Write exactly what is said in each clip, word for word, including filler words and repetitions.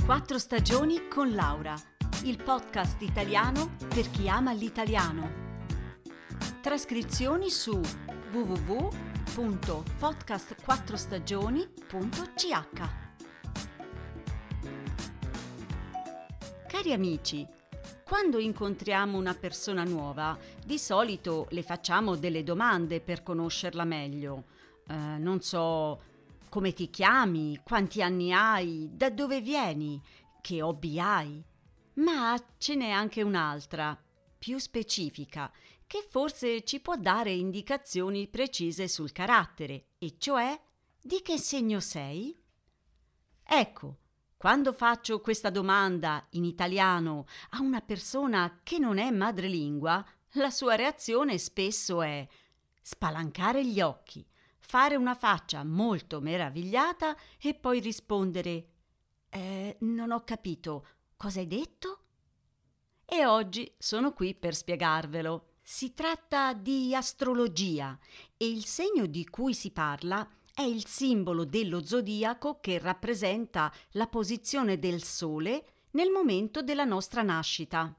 Quattro stagioni con Laura, il podcast italiano per chi ama l'italiano. Trascrizioni su w w w punto podcast quattro stagioni punto c h. Cari amici, quando incontriamo una persona nuova, di solito le facciamo delle domande per conoscerla meglio. Eh, non so, come ti chiami, quanti anni hai, da dove vieni, che hobby hai. Ma ce n'è anche un'altra, più specifica, che forse ci può dare indicazioni precise sul carattere, e cioè di che segno sei? Ecco, quando faccio questa domanda in italiano a una persona che non è madrelingua, la sua reazione spesso è spalancare gli occhi, fare una faccia molto meravigliata e poi rispondere eh, non ho capito, cosa hai detto? E oggi sono qui per spiegarvelo. Si tratta di astrologia e il segno di cui si parla è il simbolo dello zodiaco che rappresenta la posizione del Sole nel momento della nostra nascita.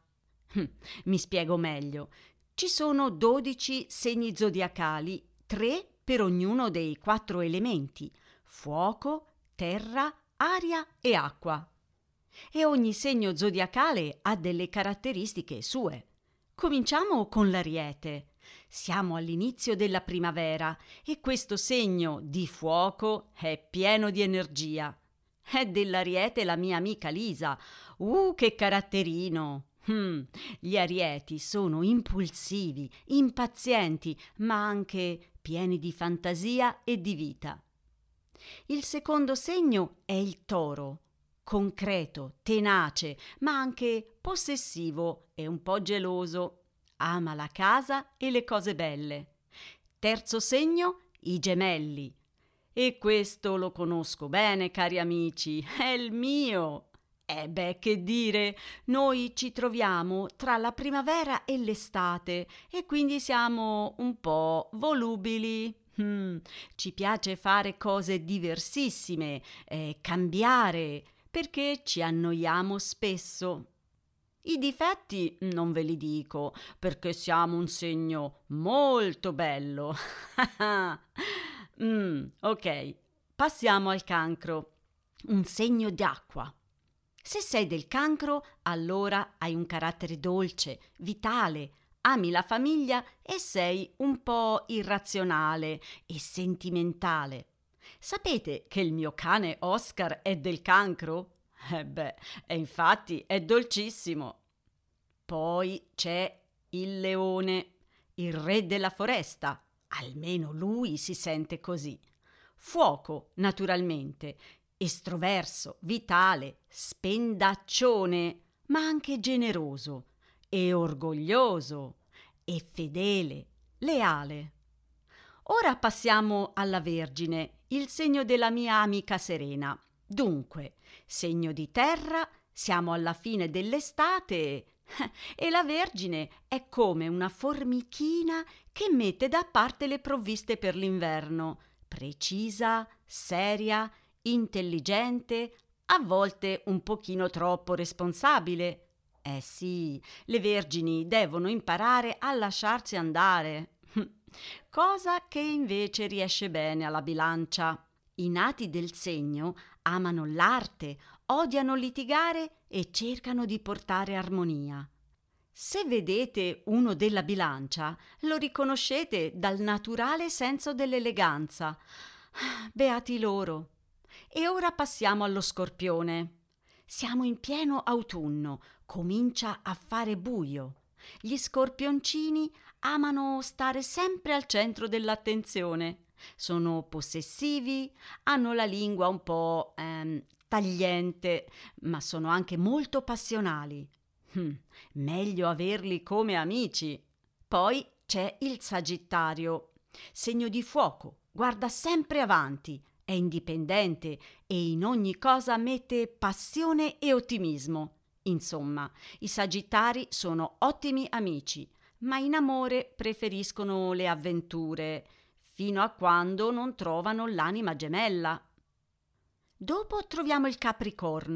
Mi spiego meglio. Ci sono dodici segni zodiacali, tre per ognuno dei quattro elementi: fuoco, terra, aria e acqua. E ogni segno zodiacale ha delle caratteristiche sue. Cominciamo con l'Ariete. Siamo all'inizio della primavera e questo segno di fuoco è pieno di energia. È dell'Ariete la mia amica Lisa. Uh, che caratterino! Hmm, gli Arieti sono impulsivi, impazienti, ma anche pieni di fantasia e di vita. Il secondo segno è il Toro, concreto, tenace, ma anche possessivo e un po' geloso. Ama la casa e le cose belle. Terzo segno, i Gemelli. E questo lo conosco bene, cari amici, è il mio. E beh, che dire, noi ci troviamo tra la primavera e l'estate e quindi siamo un po' volubili. Mm, ci piace fare cose diversissime, eh, cambiare, perché ci annoiamo spesso. I difetti non ve li dico, perché siamo un segno molto bello. mm, ok, passiamo al Cancro, un segno d'acqua. Se sei del Cancro, allora hai un carattere dolce, vitale, ami la famiglia e sei un po' irrazionale e sentimentale. Sapete che il mio cane Oscar è del Cancro? Eh beh, e infatti è dolcissimo. Poi c'è il Leone, il re della foresta. Almeno lui si sente così. Fuoco, naturalmente. Estroverso, vitale, spendaccione, ma anche generoso e orgoglioso e fedele, leale. Ora passiamo alla Vergine, il segno della mia amica Serena. Dunque, segno di terra, siamo alla fine dell'estate e la Vergine è come una formichina che mette da parte le provviste per l'inverno, precisa, seria, intelligente, a volte un pochino troppo responsabile. Eh sì, le vergini devono imparare a lasciarsi andare, cosa che invece riesce bene alla Bilancia. I nati del segno amano l'arte, odiano litigare e cercano di portare armonia. Se vedete uno della Bilancia, lo riconoscete dal naturale senso dell'eleganza. Beati loro. E ora passiamo allo Scorpione. Siamo in pieno autunno, comincia a fare buio. Gli scorpioncini amano stare sempre al centro dell'attenzione. Sono possessivi, hanno la lingua un po' ehm, tagliente, ma sono anche molto passionali. Hm, meglio averli come amici. Poi c'è il Sagittario, segno di fuoco, guarda sempre avanti, è indipendente e in ogni cosa mette passione e ottimismo. Insomma, i Sagittari sono ottimi amici, ma in amore preferiscono le avventure, fino a quando non trovano l'anima gemella. Dopo troviamo il Capricorno,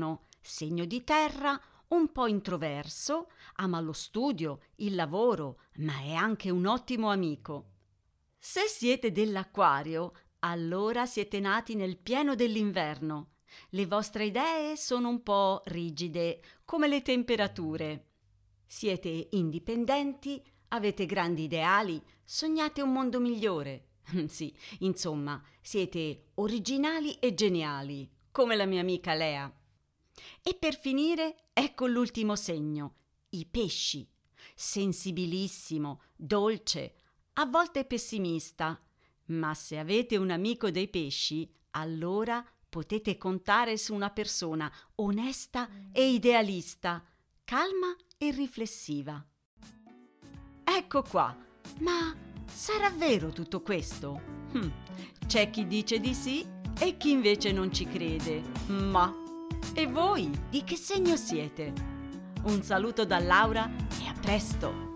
segno di terra, un po' introverso, ama lo studio, il lavoro, ma è anche un ottimo amico. Se siete dell'Acquario, allora siete nati nel pieno dell'inverno. Le vostre idee sono un po' rigide, come le temperature. Siete indipendenti, avete grandi ideali, sognate un mondo migliore. Sì, insomma, siete originali e geniali, come la mia amica Lea. E per finire, ecco l'ultimo segno, i pesci. Sensibilissimo, dolce, a volte pessimista. Ma se avete un amico dei pesci, allora potete contare su una persona onesta e idealista, calma e riflessiva. Ecco qua, ma sarà vero tutto questo? Hm. C'è chi dice di sì e chi invece non ci crede. Ma e voi di che segno siete? Un saluto da Laura e a presto!